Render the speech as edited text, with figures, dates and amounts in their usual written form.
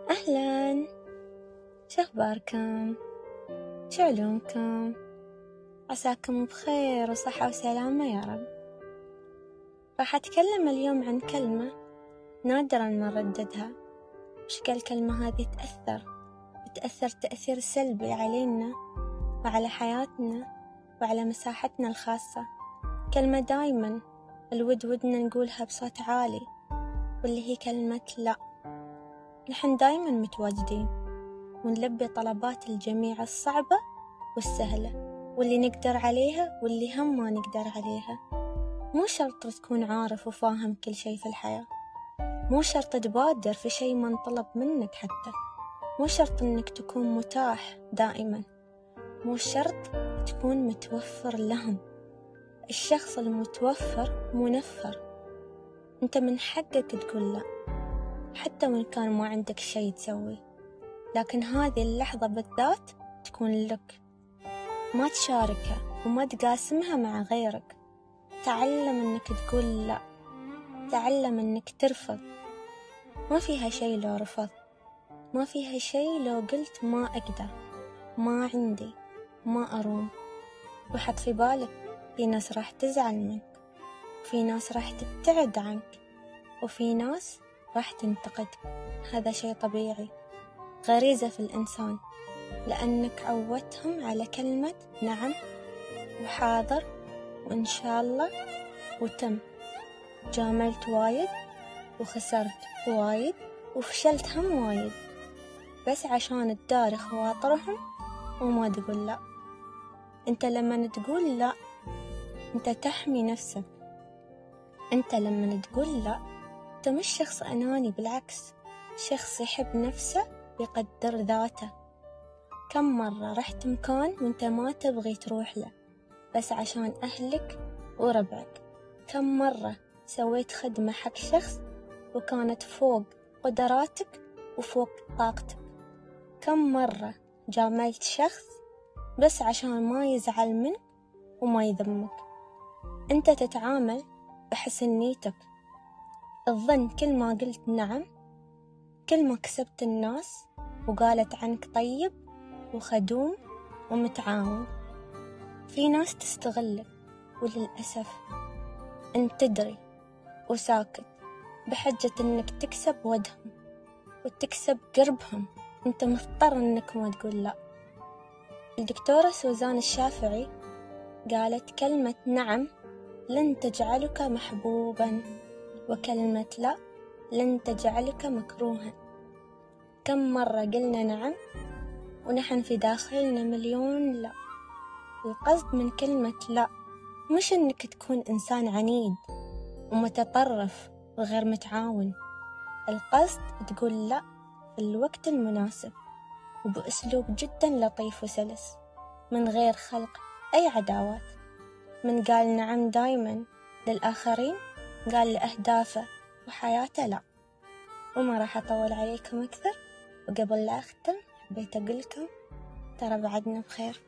أهلاً، شخباركم؟ شعلومكم؟ عساكم بخير وصحة وسلامة يا رب. راح أتكلم اليوم عن كلمة نادراً ما نرددها، وش الكلمة هذه بتأثر تأثير سلبي علينا وعلى حياتنا وعلى مساحتنا الخاصة. كلمة دايماً ودنا نقولها بصوت عالي، واللي هي كلمة لا. نحن دايماً متواجدين ونلبي طلبات الجميع الصعبة والسهلة، واللي نقدر عليها واللي هم ما نقدر عليها. مو شرط تكون عارف وفاهم كل شيء في الحياة، مو شرط تبادر في شيء ما انطلب منك حتى، مو شرط انك تكون متاح دائما، مو شرط تكون متوفر لهم. الشخص المتوفر منفر. انت من حقك تقول لا حتى وإن كان ما عندك شيء تسوي، لكن هذه اللحظة بالذات تكون لك، ما تشاركها وما تقاسمها مع غيرك. تعلم انك تقول لا، تعلم انك ترفض. ما فيها شيء لو رفض، ما فيها شيء لو قلت ما أقدر، ما عندي، ما أروم. وحط في بالك في ناس راح تزعل منك، وفي ناس راح تبتعد عنك، وفي ناس راح تنتقدك. هذا شيء طبيعي، غريزة في الإنسان، لأنك عودتهم على كلمة نعم وحاضر وإن شاء الله وتم. جاملت وايد وخسرت وايد وفشلت هم وايد، بس عشان تداري خواطرهم وما تقول لا. انت لما تقول لا انت تحمي نفسك. انت لما تقول لا انت مش شخص أناني، بالعكس شخص يحب نفسه ويقدر ذاته. كم مرة رحت مكان وانت ما تبغي تروح له بس عشان أهلك وربعك؟ كم مرة سويت خدمة حق شخص وكانت فوق قدراتك وفوق طاقتك؟ كم مرة جاملت شخص بس عشان ما يزعل منك وما يذمك؟ انت تتعامل بحسن نيتك، تظن كل ما قلت نعم كل ما كسبت الناس وقالت عنك طيب وخدوم ومتعاون. في ناس تستغلك وللأسف انت تدري وساكت بحجة انك تكسب ودهم وتكسب قربهم. انت مضطر انك ما تقول لا. الدكتورة سوزان الشافعي قالت كلمة نعم لن تجعلك محبوبا، وكلمة لا لن تجعلك مكروها. كم مرة قلنا نعم ونحن في داخلنا مليون لا. القصد من كلمة لا مش انك تكون انسان عنيد ومتطرف وغير متعاون. القصد تقول لا في الوقت المناسب وبأسلوب جدا لطيف وسلس، من غير خلق أي عداوات. من قال نعم دايما للآخرين قال لأهدافه وحياته لا. وما راح أطول عليكم أكثر، وقبل لا أختم حبيت أقول لكم ترى بعدنا بخير.